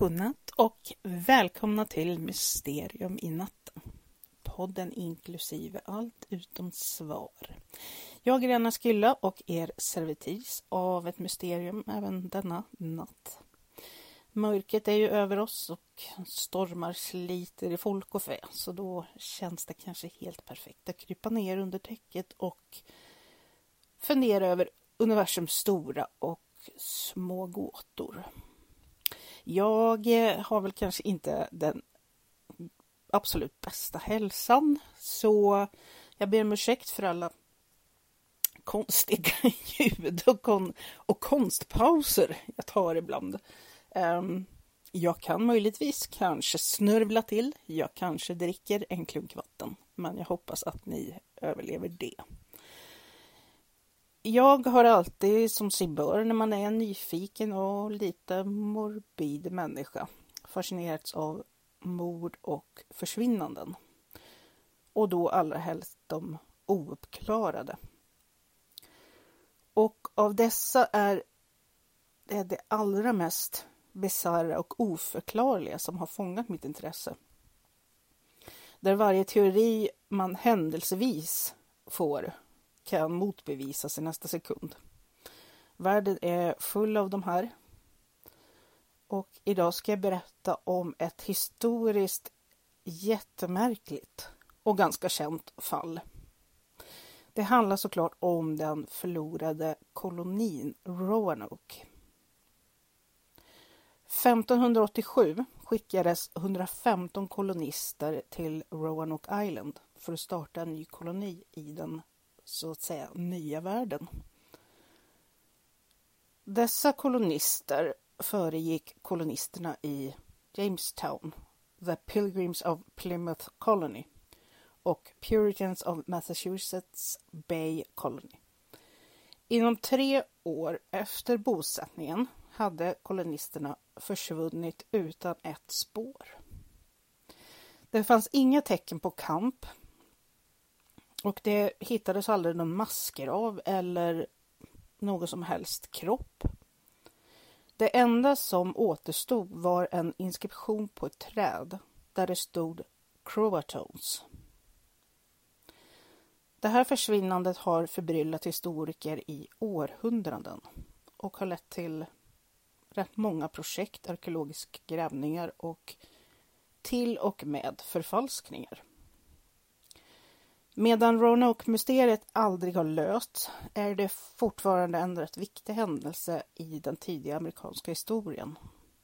Godnatt och välkomna till Mysterium i natten. Podden inklusive allt utom svar. Jag är Anna Skylla och er servitris av ett mysterium även denna natt. Mörkret är ju över oss och stormar sliter i folk och fä, så då känns det kanske helt perfekt att krypa ner under täcket och fundera över universums stora och små gåtor. Jag har väl kanske inte den absolut bästa hälsan, så jag ber om ursäkt för alla konstiga ljud och konstpauser jag tar ibland. Jag kan möjligtvis kanske snörvla till, jag kanske dricker en klunk vatten, men jag hoppas att ni överlever det. Jag har alltid, som sig bör när man är en nyfiken och lite morbid människa, fascinerats av mord och försvinnanden. Och då allra helst de ouppklarade. Och av dessa är det allra mest bisarra och oförklarliga som har fångat mitt intresse. Där varje teori man händelsevis får kan motbevisas i nästa sekund. Världen är full av de här. Och idag ska jag berätta om ett historiskt jättemärkligt och ganska känt fall. Det handlar såklart om den förlorade kolonin Roanoke. 1587 skickades 115 kolonister till Roanoke Island för att starta en ny koloni i den så att säga nya världen. Dessa kolonister föregick kolonisterna i Jamestown, The Pilgrims of Plymouth Colony och Puritans of Massachusetts Bay Colony. Inom 3 år efter bosättningen hade kolonisterna försvunnit utan ett spår. Det fanns inga tecken på kamp och det hittades aldrig någon massgrav eller någon som helst kropp. Det enda som återstod var en inskription på ett träd där det stod Croatoans. Det här försvinnandet har förbryllat historiker i århundraden och har lett till rätt många projekt, arkeologiska grävningar och till och med förfalskningar. Medan Roanoke-mysteriet aldrig har lösts är det fortfarande en rätt viktig händelse i den tidiga amerikanska historien.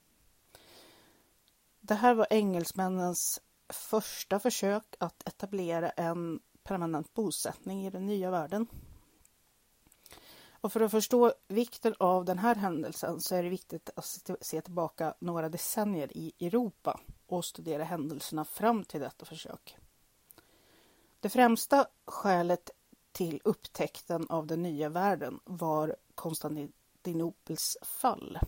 Det här var engelsmännens första försök att etablera en permanent bosättning i den nya världen. Och för att förstå vikten av den här händelsen så är det viktigt att se tillbaka några decennier i Europa och studera händelserna fram till detta försök. Det främsta skälet till upptäckten av den nya världen var Konstantinopels fall.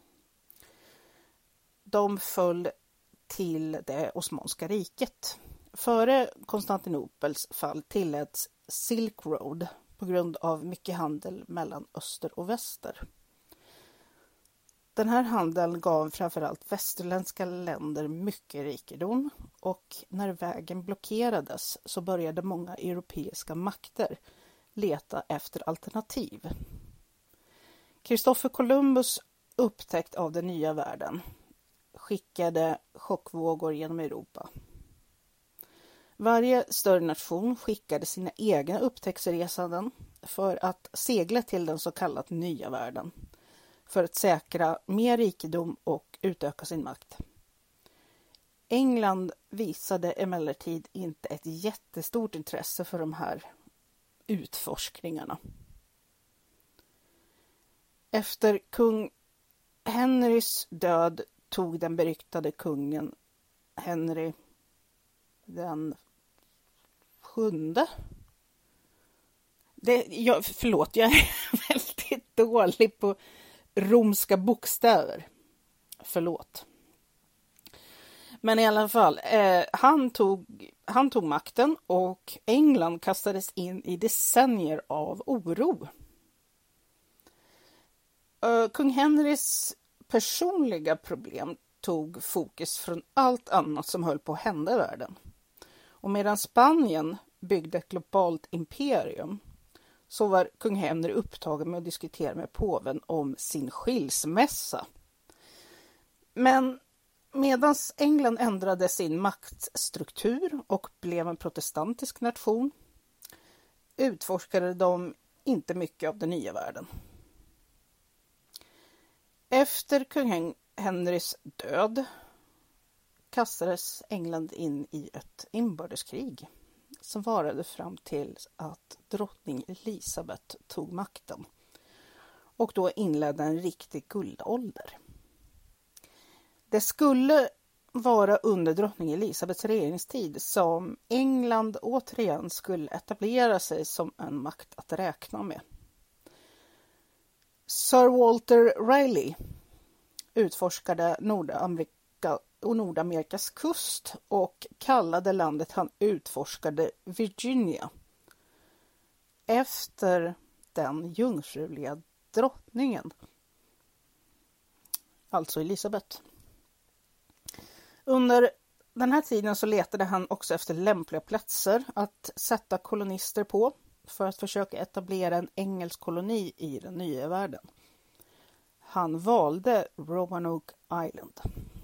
De föll till det Osmanska riket. Före Konstantinopels fall tilläts Silk Road på grund av mycket handel mellan öster och väster. Den här handeln gav framförallt västerländska länder mycket rikedom och när vägen blockerades så började många europeiska makter leta efter alternativ. Christopher Columbus upptäckt av den nya världen skickade chockvågor genom Europa. Varje större nation skickade sina egna upptäcktsresanden för att segla till den så kallade nya världen, för att säkra mer rikedom och utöka sin makt. England visade emellertid inte ett jättestort intresse för de här utforskningarna. Efter kung Henrys död tog den beryktade kungen Henry den 7. Jag är väldigt dålig på romska bokstäver. Förlåt. Men i alla fall, han tog makten och England kastades in i decennier av oro. Kung Henrys personliga problem tog fokus från allt annat som höll på att hända i världen. Och medan Spanien byggde ett globalt imperium så var kung Henry upptagen med att diskutera med påven om sin skilsmässa. Men medan England ändrade sin maktstruktur och blev en protestantisk nation utforskade de inte mycket av den nya världen. Efter kung Henrys död kastades England in i ett inbördeskrig som varade fram till att drottning Elisabeth tog makten och då inledde en riktig guldålder. Det skulle vara under drottning Elisabeths regeringstid som England återigen skulle etablera sig som en makt att räkna med. Sir Walter Raleigh utforskade Nordamerikas kust och kallade landet han utforskade Virginia efter den jungfruliga drottningen, alltså Elisabeth. Under den här tiden så letade han också efter lämpliga platser att sätta kolonister på för att försöka etablera en engelsk koloni i den nya världen. Han valde Roanoke Island.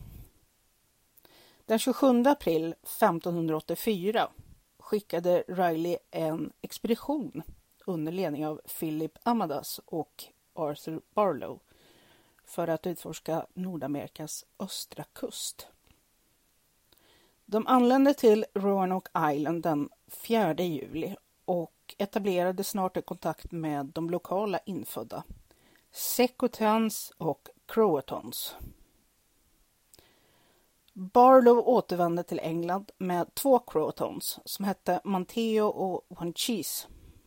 Den 27 april 1584 skickade Raleigh en expedition under ledning av Philip Amadas och Arthur Barlow för att utforska Nordamerikas östra kust. De anlände till Roanoke Island den 4 juli och etablerade snart en kontakt med de lokala infödda, Secotans och Croatons. Barlow återvände till England med 2 Croatons som hette Manteo och Wanchese.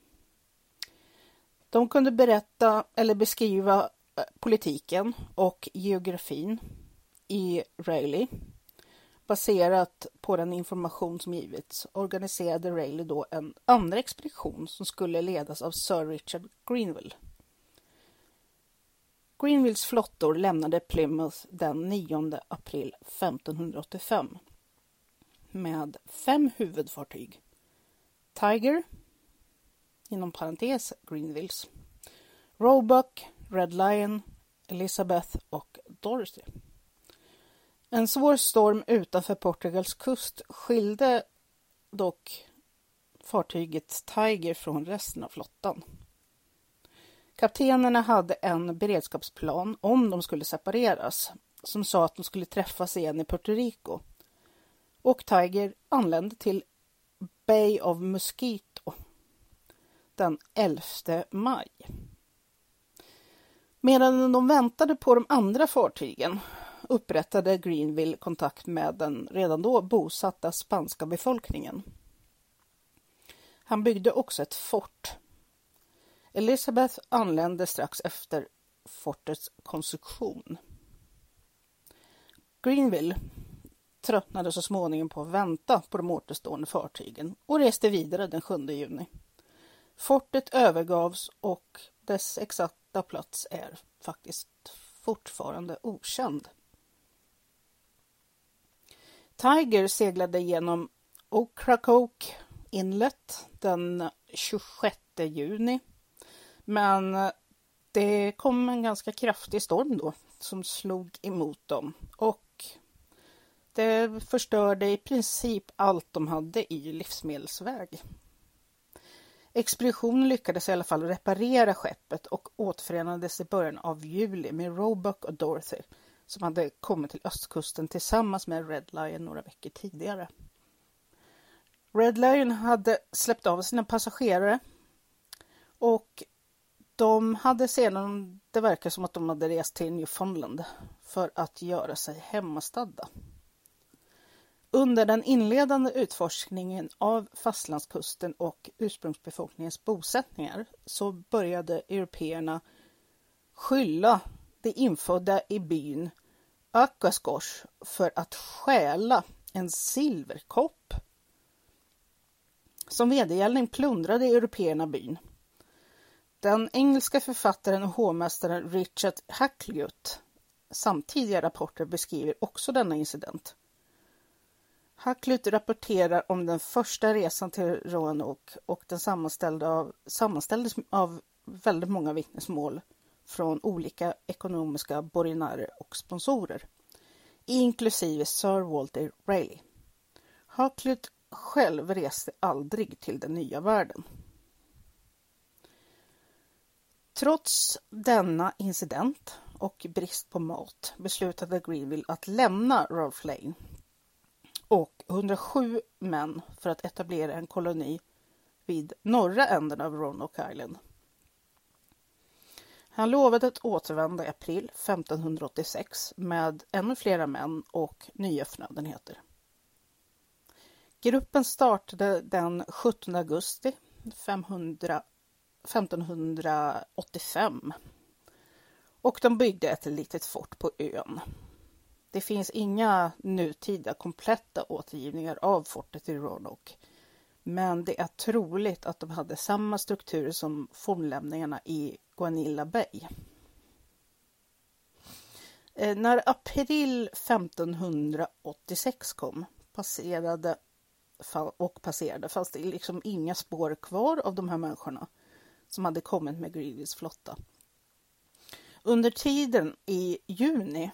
De kunde berätta eller beskriva politiken och geografin i Raleigh. Baserat på den information som givits organiserade Raleigh då en andra expedition som skulle ledas av Sir Richard Grenville. Grenvilles flottor lämnade Plymouth den 9 april 1585 med 5 huvudfartyg. Tiger, inom parentes Grenvilles, Roebuck, Red Lion, Elizabeth och Dorothy. En svår storm utanför Portugals kust skilde dock fartyget Tiger från resten av flottan. Kaptenerna hade en beredskapsplan om de skulle separeras som sa att de skulle träffas igen i Puerto Rico. Och Tiger anlände till Bay of Mosquito den 11 maj. Medan de väntade på de andra fartygen upprättade Grenville kontakt med den redan då bosatta spanska befolkningen. Han byggde också ett fort. Elizabeth anlände strax efter fortets konstruktion. Grenville tröttnade så småningom på att vänta på de återstående fartygen och reste vidare den 7 juni. Fortet övergavs och dess exakta plats är faktiskt fortfarande okänd. Tiger seglade genom Ocracoke Inlet den 26 juni. Men det kom en ganska kraftig storm då som slog emot dem och det förstörde i princip allt de hade i livsmedelsväg. Expeditionen lyckades i alla fall reparera skeppet och återförenades i början av juli med Roebuck och Dorothy som hade kommit till östkusten tillsammans med Red Lion några veckor tidigare. Red Lion hade släppt av sina passagerare och de hade sedan, det verkar som att de hade rest till Newfoundland för att göra sig hemmastadda. Under den inledande utforskningen av fastlandskusten och ursprungsbefolkningens bosättningar så började européerna skylla de infödda i byn Aquascoch för att stjäla en silverkopp. Som vedergällning plundrade européerna byn. Den engelska författaren och hovmästaren Richard Hakluyt samtidiga rapporter beskriver också denna incident. Hakluyt rapporterar om den första resan till Roanoke och den sammanställdes av väldigt många vittnesmål från olika ekonomiska borgenärer och sponsorer, inklusive Sir Walter Raleigh. Hakluyt själv reste aldrig till den nya världen. Trots denna incident och brist på mat beslutade Greenville att lämna Rolfe Lane och 107 män för att etablera en koloni vid norra änden av Roanoke Island. Han lovade att återvända i april 1586 med ännu flera män och nya förnödenheter. Gruppen startade den 17 augusti 1585 och de byggde ett litet fort på ön. Det finns inga nutida kompletta återgivningar av fortet i Roanoke, men det är troligt att de hade samma struktur som fornlämningarna i Guanilla Bay. När april 1586 kom passerade fanns det liksom inga spår kvar av de här människorna som hade kommit med Greenvilles flotta. Under tiden i juni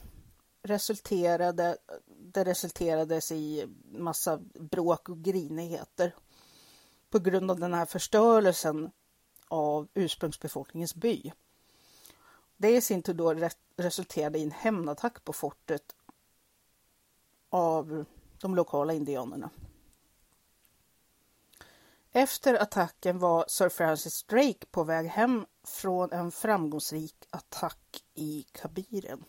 resulterades i massa bråk och grinigheter på grund av den här förstörelsen av ursprungsbefolkningens by. Det i sin tur då resulterade i en hämnattack på fortet av de lokala indianerna. Efter attacken var Sir Francis Drake på väg hem från en framgångsrik attack i Kabiren.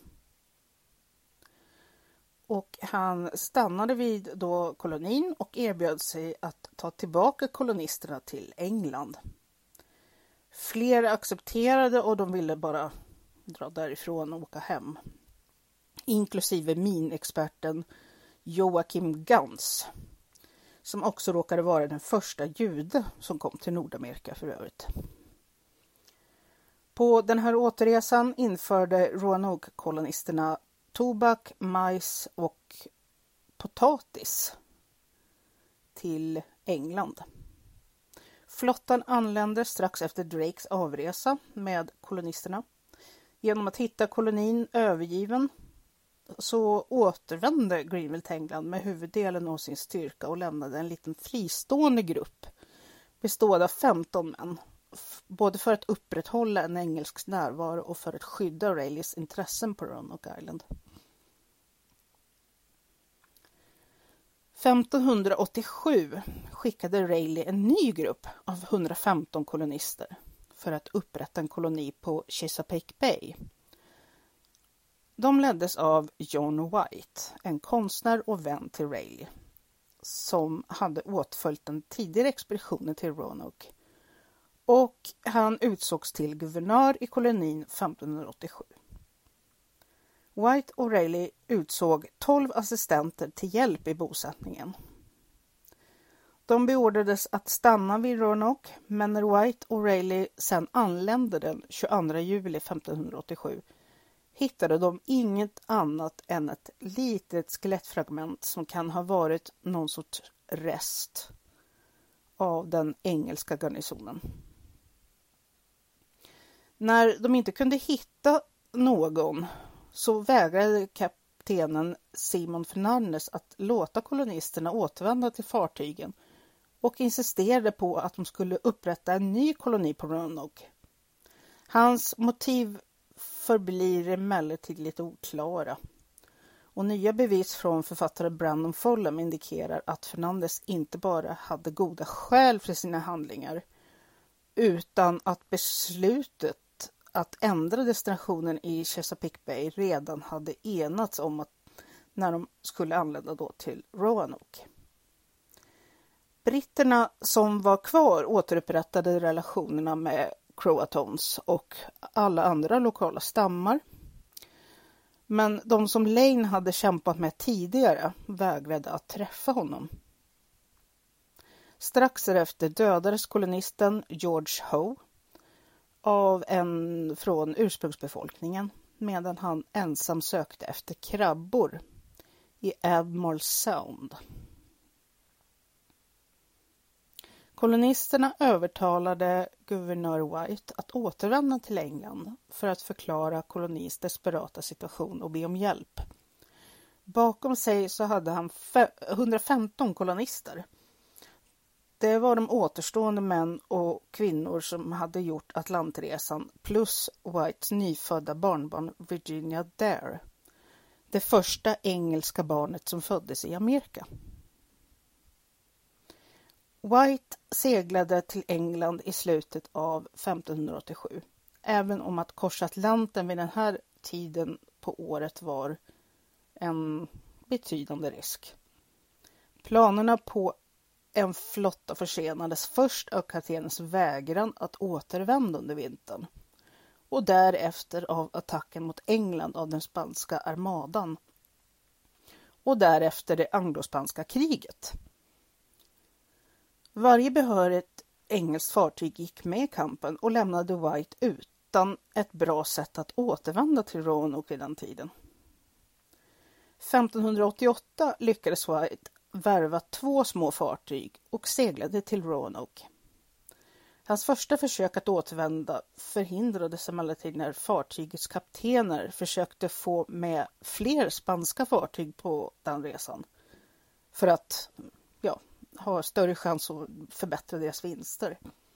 Och han stannade vid då kolonin och erbjöd sig att ta tillbaka kolonisterna till England. Flera accepterade och de ville bara dra därifrån och åka hem. Inklusive minexperten Joachim Gans, som också råkade vara den första jude som kom till Nordamerika för övrigt. På den här återresan införde Roanoke-kolonisterna tobak, majs och potatis till England. Flottan anlände strax efter Drakes avresa med kolonisterna. Genom att hitta kolonin övergiven så återvände Greenville till England med huvuddelen av sin styrka och lämnade en liten fristående grupp bestående av 15 män, både för att upprätthålla en engelsk närvaro och för att skydda Raleighs intressen på Roanoke Island. 1587 skickade Raleigh en ny grupp av 115 kolonister för att upprätta en koloni på Chesapeake Bay. De leddes av John White, en konstnär och vän till Raleigh, som hade åtföljt den tidigare expeditionen till Roanoke, och han utsågs till guvernör i kolonin 1587. White och Raleigh utsåg 12 assistenter till hjälp i bosättningen. De beordrades att stanna vid Roanoke, men när White och Raleigh sedan anlände den 22 juli 1587 hittade de inget annat än ett litet skelettfragment som kan ha varit någon sorts rest av den engelska garnisonen. När de inte kunde hitta någon så vägrade kaptenen Simon Fernandez att låta kolonisterna återvända till fartygen och insisterade på att de skulle upprätta en ny koloni på Roanoke. Hans motiv förblir emellertid lite oklara, och nya bevis från författare Brandon Fulham indikerar att Fernandez inte bara hade goda skäl för sina handlingar, utan att beslutet att ändra destinationen i Chesapeake Bay redan hade enats om att när de skulle anlända då till Roanoke. Britterna som var kvar återupprättade relationerna med Croatoans och alla andra lokala stammar. Men de som Lane hade kämpat med tidigare vägrade att träffa honom. Strax därefter dödades kolonisten George Howe av en från ursprungsbefolkningen medan han ensam sökte efter krabbor i Albemarle Sound. Kolonisterna övertalade guvernör White att återvända till England för att förklara kolonis desperata situation och be om hjälp. Bakom sig så hade han 115 kolonister. Det var de återstående män och kvinnor som hade gjort Atlantresan plus Whites nyfödda barnbarn Virginia Dare. Det första engelska barnet som föddes i Amerika. White seglade till England i slutet av 1587. Även om att korsa Atlanten vid den här tiden på året var en betydande risk. Planerna på en flotta försenades först av kaptenens vägran att återvända under vintern och därefter av attacken mot England av den spanska armadan och därefter det anglo-spanska kriget. Varje behörigt engelskt fartyg gick med i kampen och lämnade White utan ett bra sätt att återvända till Roanoke vid den tiden. 1588 lyckades White värva 2 små fartyg och seglade till Roanoke. Hans första försök att återvända förhindrades emellertid när fartygets kaptener försökte få med fler spanska fartyg på den resan för att ha större chans att förbättra deras vinster.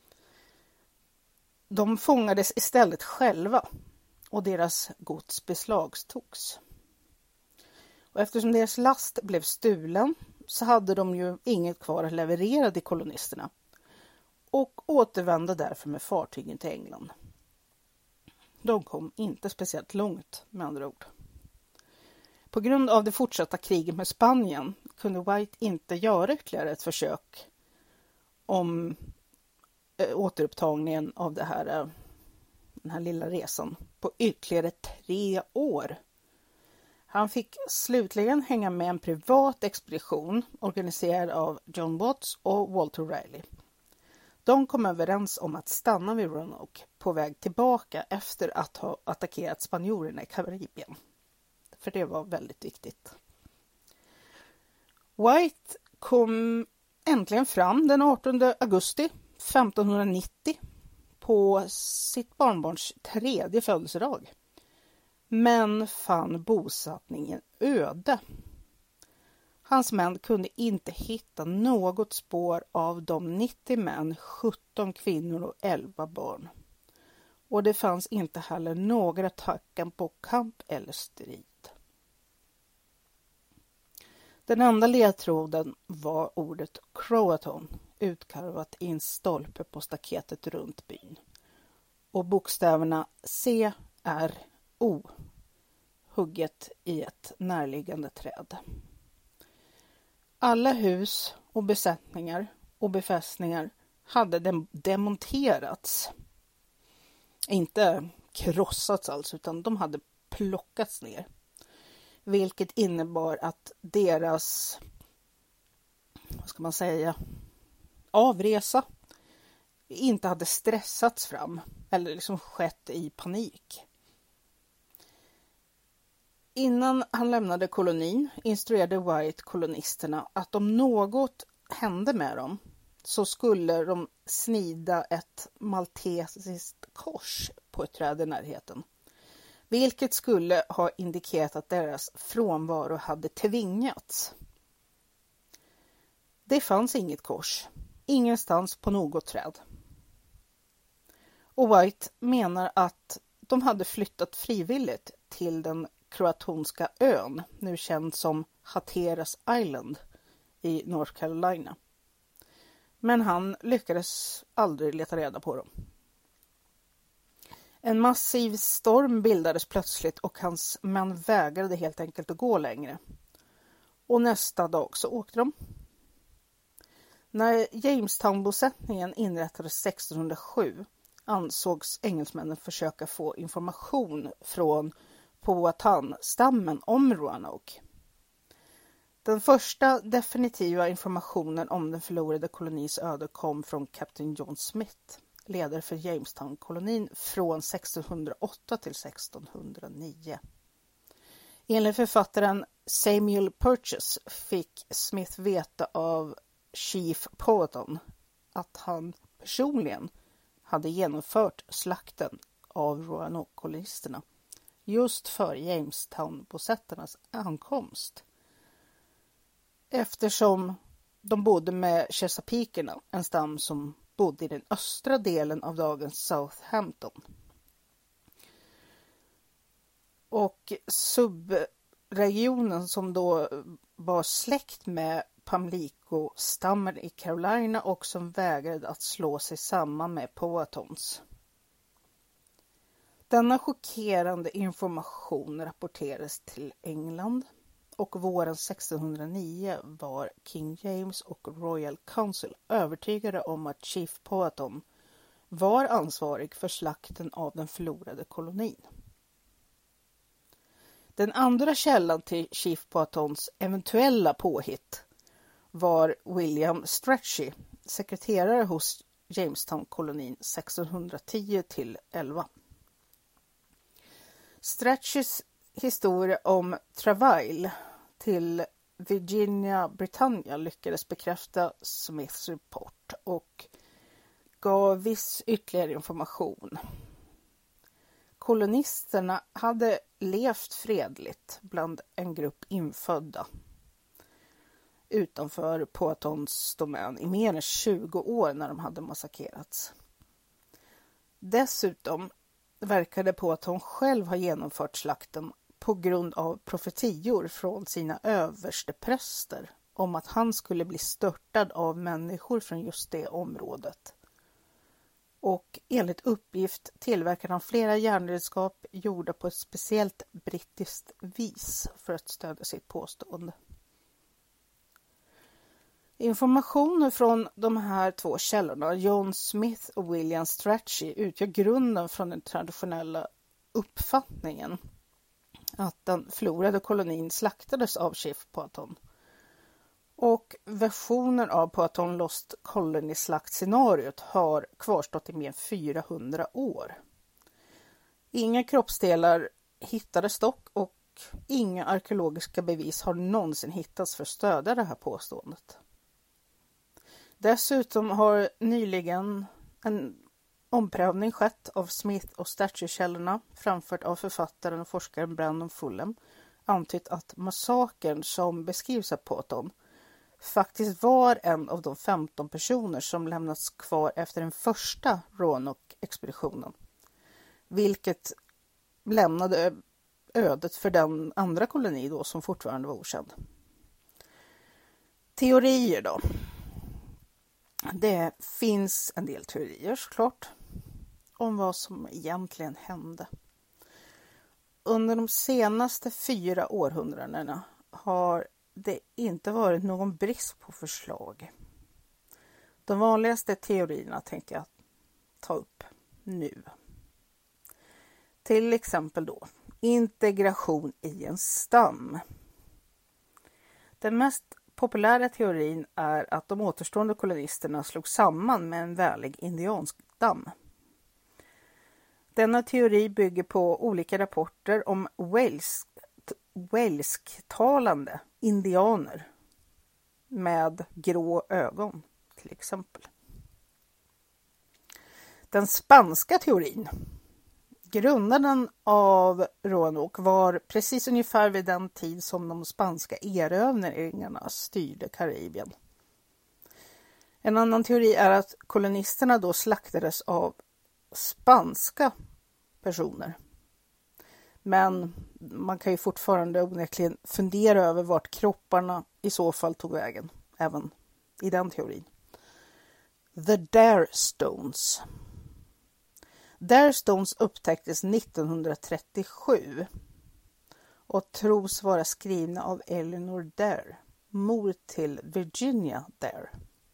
De fångades istället själva och deras gods beslagtogs. Och eftersom deras last blev stulen så hade de ju inget kvar att leverera till kolonisterna och återvände därför med fartygen till England. De kom inte speciellt långt med andra ord. På grund av det fortsatta kriget med Spanien kunde White inte göra ytterligare ett försök om återupptagningen av den här lilla resan på ytterligare 3 år. Han fick slutligen hänga med en privat expedition organiserad av John Watts och Walter Raleigh. De kom överens om att stanna vid Roanoke på väg tillbaka efter att ha attackerat spanjorerna i Karibien. För det var väldigt viktigt. White kom äntligen fram den 18 augusti 1590 på sitt barnbarns 3:e födelsedag. Men fann bosättningen öde. Hans män kunde inte hitta något spår av de 90 män, 17 kvinnor och 11 barn. Och det fanns inte heller några tecken på kamp eller strid. Den enda ledtråden var ordet Croatan utkarvat i en stolpe på staketet runt byn. Och bokstäverna C-R-O hugget i ett närliggande träd. Alla hus och besättningar och befästningar hade demonterats. Inte krossats alltså, utan de hade plockats ner. Vilket innebar att deras, avresa inte hade stressats fram eller liksom skett i panik. Innan han lämnade kolonin instruerade White kolonisterna att om något hände med dem så skulle de snida ett maltesiskt kors på ett träd i närheten. Vilket skulle ha indikerat att deras frånvaro hade tvingats. Det fanns inget kors, ingenstans på något träd. Och White menar att de hade flyttat frivilligt till den kroatonska ön, nu känd som Hatteras Island i North Carolina. Men han lyckades aldrig leta reda på dem. En massiv storm bildades plötsligt och hans män vägrade helt enkelt att gå längre. Och nästa dag så åkte de. När Jamestown-bosättningen inrättades 1607 ansågs engelsmännen försöka få information från Powhatan-stammen om Roanoke. Den första definitiva informationen om den förlorade kolonis öde kom från kapten John Smith ledare för Jamestown-kolonin från 1608 till 1609. Enligt författaren Samuel Purchas fick Smith veta av Chief Powhatan att han personligen hade genomfört slakten av Roanoke-kolonisterna just för Jamestown-bosättarnas ankomst. Eftersom de bodde med Chesapeakerna, en stam som bodde i den östra delen av dagens Southampton. Och subregionen som då var släkt med Pamlico-stammen i Carolina och som vägrade att slå sig samman med Powhatans. Denna chockerande information rapporterades till England och våren 1609 var King James och Royal Council övertygade om att Chief Powhatan var ansvarig för slakten av den förlorade kolonin. Den andra källan till Chief Powhatans eventuella påhitt var William Strachey, sekreterare hos Jamestown-kolonin 1610 till 11. Stracheys historia om Travail till Virginia Britannia lyckades bekräfta Smiths rapport och gav viss ytterligare information. Kolonisterna hade levt fredligt bland en grupp infödda utanför Powhatans domän i mer än 20 år när de hade massakrerats. Dessutom verkade Powhatan själv ha genomfört slakten på grund av profetior från sina överstepräster om att han skulle bli störtad av människor från just det området. Och enligt uppgift tillverkade han flera järnredskap gjorda på ett speciellt brittiskt vis för att stödja sitt påstående. Informationen från de här två källorna, John Smith och William Strachey, utgör grunden från den traditionella uppfattningen att den förlorade kolonin slaktades av Chief Powhatan. Och versioner av Powhatan Lost Colony-slaktscenariot har kvarstått i mer än 400 år. Inga kroppsdelar hittades dock och inga arkeologiska bevis har någonsin hittats för att stödja det här påståendet. Dessutom har nyligen en omprövning skett av Smith och Strachey-källorna framfört av författaren och forskaren Brandon Fulham antytt att massakern som beskrivs av Powhatan faktiskt var en av de 15 personer som lämnats kvar efter den första Roanoke-expeditionen, vilket lämnade ödet för den andra koloni då som fortfarande var okänd. Teorier då. Det finns en del teorier såklart om vad som egentligen hände. Under de senaste 4 århundradena har det inte varit någon brist på förslag. De vanligaste teorierna tänkte jag ta upp nu. Till exempel då integration i en stam. Den mest populära teorin är att de återstående kolonisterna slog samman med en väldig indiansk stam. Denna teori bygger på olika rapporter om walesktalande indianer med grå ögon till exempel. Den spanska teorin, grundaren av Roanoke, var precis ungefär vid den tid som de spanska erövringarna styrde Karibien. En annan teori är att kolonisterna då slaktades av spanska personer. Men man kan ju fortfarande onekligen fundera över vart kropparna i så fall tog vägen, även i den teorin. The Dare Stones. Dare Stones upptäcktes 1937 och tros vara skrivna av Eleanor Dare, mor till Virginia Dare.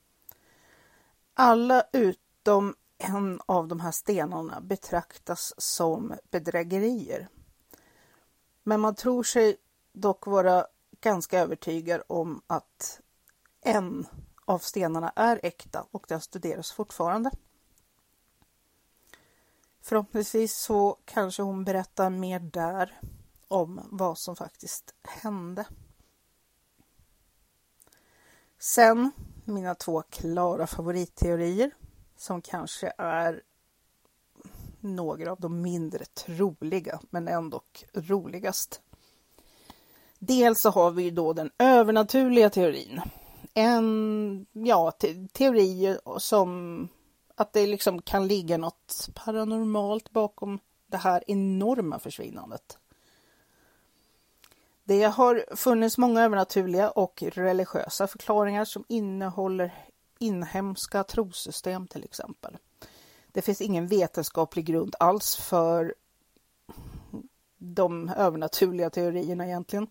Alla utom en av de här stenarna betraktas som bedrägerier. Men man tror sig dock vara ganska övertygad om att en av stenarna är äkta och den studeras fortfarande. Förhoppningsvis så kanske hon berättar mer där om vad som faktiskt hände. Sen mina 2 klara favoritteorier som kanske är några av de mindre troliga men ändå roligast. Dels så har vi då den övernaturliga teorin. En teori som att det liksom kan ligga något paranormalt bakom det här enorma försvinnandet. Det har funnits många övernaturliga och religiösa förklaringar som innehåller inhemska trossystem till exempel. Det finns ingen vetenskaplig grund alls för de övernaturliga teorierna egentligen.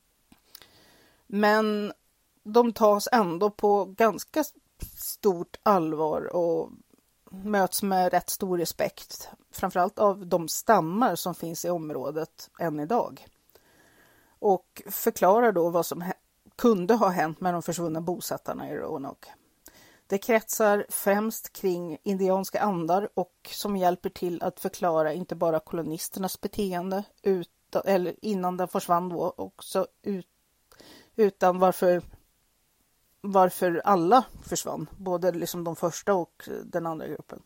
Men de tas ändå på ganska stort allvar och möts med rätt stor respekt. Framförallt av de stammar som finns i området än idag. Och förklarar då vad som kunde ha hänt med de försvunna bosättarna i Roanoke. Det kretsar främst kring indianska andar och som hjälper till att förklara inte bara kolonisternas beteende eller innan den försvann då också utan varför alla försvann, både liksom de första och den andra gruppen.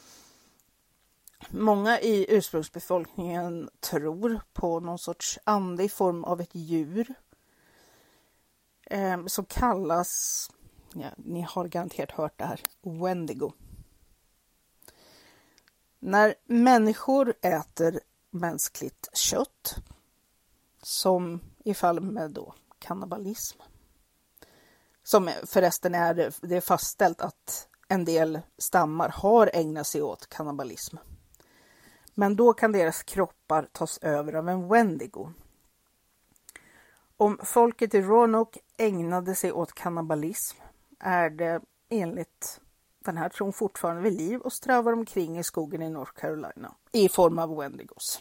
Många i ursprungsbefolkningen tror på någon sorts ande i form av ett djur som kallas, ni har garanterat hört det här, Wendigo. När människor äter mänskligt kött, som i fall med då kannibalism, som förresten det är fastställt att en del stammar har ägnat sig åt kannibalism. Men då kan deras kroppar tas över av en Wendigo. Om folket i Roanoke ägnade sig åt kannibalism är det enligt den här tron fortfarande vid liv och strövar omkring i skogen i North Carolina i form av Wendigos.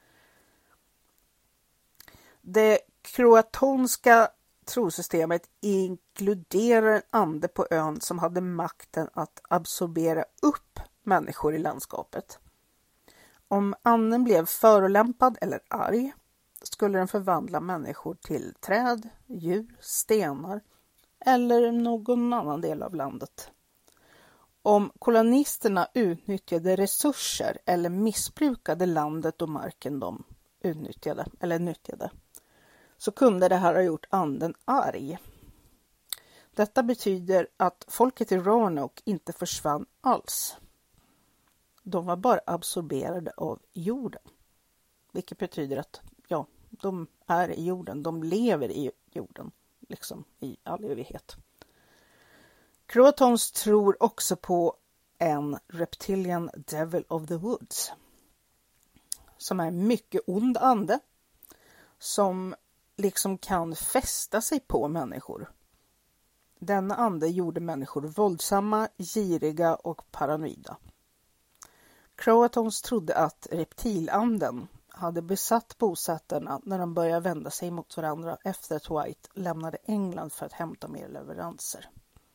Det kroatonska trosystemet inkluderar en ande på ön som hade makten att absorbera upp människor i landskapet. Om anden blev förolämpad eller arg skulle den förvandla människor till träd, djur, stenar eller någon annan del av landet. Om kolonisterna utnyttjade resurser eller missbrukade landet och marken de nyttjade så kunde det här ha gjort anden arg. Detta betyder att folket i Roanoke inte försvann alls. De var bara absorberade av jorden. Vilket betyder att de är i jorden, de lever i jorden, liksom i all evighet. Croatons tror också på en reptilian devil of the woods, som är en mycket ond ande som liksom kan fästa sig på människor. Denna ande gjorde människor våldsamma, giriga och paranoida. Croatons trodde att reptilanden hade besatt bosättarna när de började vända sig mot varandra efter att White lämnade England för att hämta mer leveranser.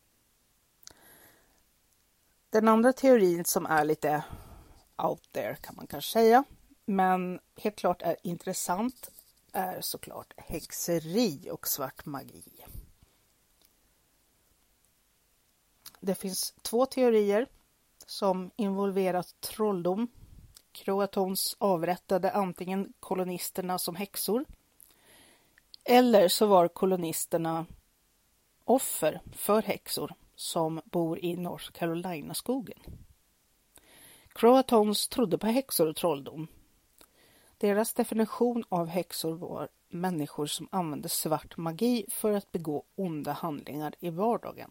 Den andra teorin som är lite out there kan man kanske säga, men helt klart är intressant, är såklart häxeri och svart magi. Det finns 2 teorier som involverat trolldom. Croatons avrättade antingen kolonisterna som häxor eller så var kolonisterna offer för häxor som bor i North Carolina-skogen. Croatons trodde på häxor och trolldom. Deras definition av häxor var människor som använde svart magi för att begå onda handlingar i vardagen.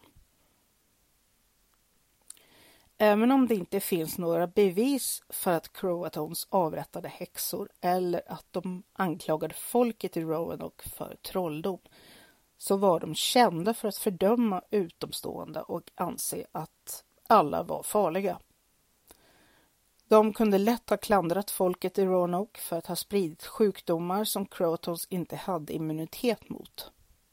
Även om det inte finns några bevis för att Croatons avrättade häxor eller att de anklagade folket i Roanoke för trolldom, så var de kända för att fördöma utomstående och anse att alla var farliga. De kunde lätt ha klandrat folket i Roanoke för att ha spridit sjukdomar som Croatons inte hade immunitet mot.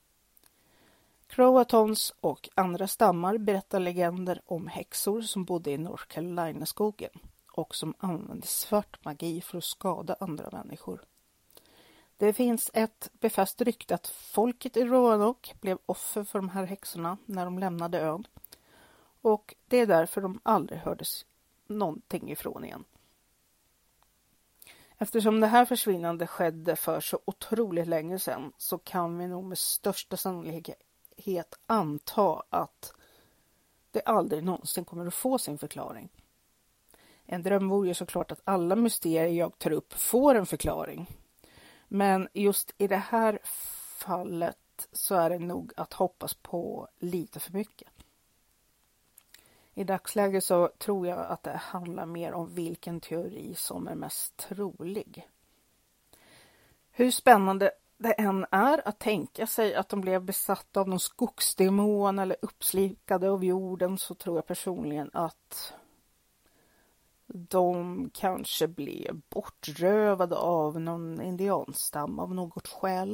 Croatons och andra stammar berättar legender om häxor som bodde i North Carolina-skogen och som använde svart magi för att skada andra människor. Det finns ett befäst rykte att folket i Roanoke blev offer för de här häxorna när de lämnade ön. Och det är därför de aldrig hördes någonting ifrån igen. Eftersom det här försvinnande skedde för så otroligt länge sedan så kan vi nog med största sannolikhet anta att det aldrig någonsin kommer att få sin förklaring. En dröm vore ju såklart att alla mysterier jag tar upp får en förklaring. Men just i det här fallet så är det nog att hoppas på lite för mycket. I dagsläget så tror jag att det handlar mer om vilken teori som är mest trolig. Hur spännande det än är att tänka sig att de blev besatta av någon skogsdemon eller uppslukade av jorden, så tror jag personligen att de kanske blev bortrövade av någon indianstam av något skäl.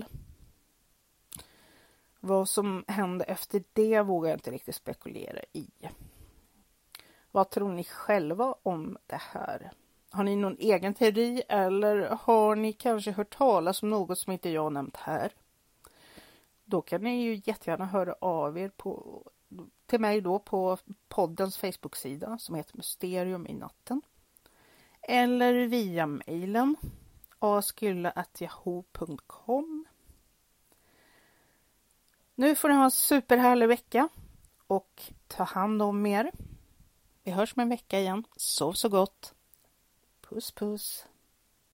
Vad som hände efter det vågar jag inte riktigt spekulera i. Vad tror ni själva om det här? Har ni någon egen teori eller har ni kanske hört talas om något som inte jag nämnt här? Då kan ni ju jättegärna höra av er till mig då på poddens Facebook-sida som heter Mysterium i natten. Eller via mejlen askylla@yahoo.com. Nu får ni ha en superhärlig vecka och ta hand om er. Vi hörs med en vecka igen. Sov så gott. Puss puss.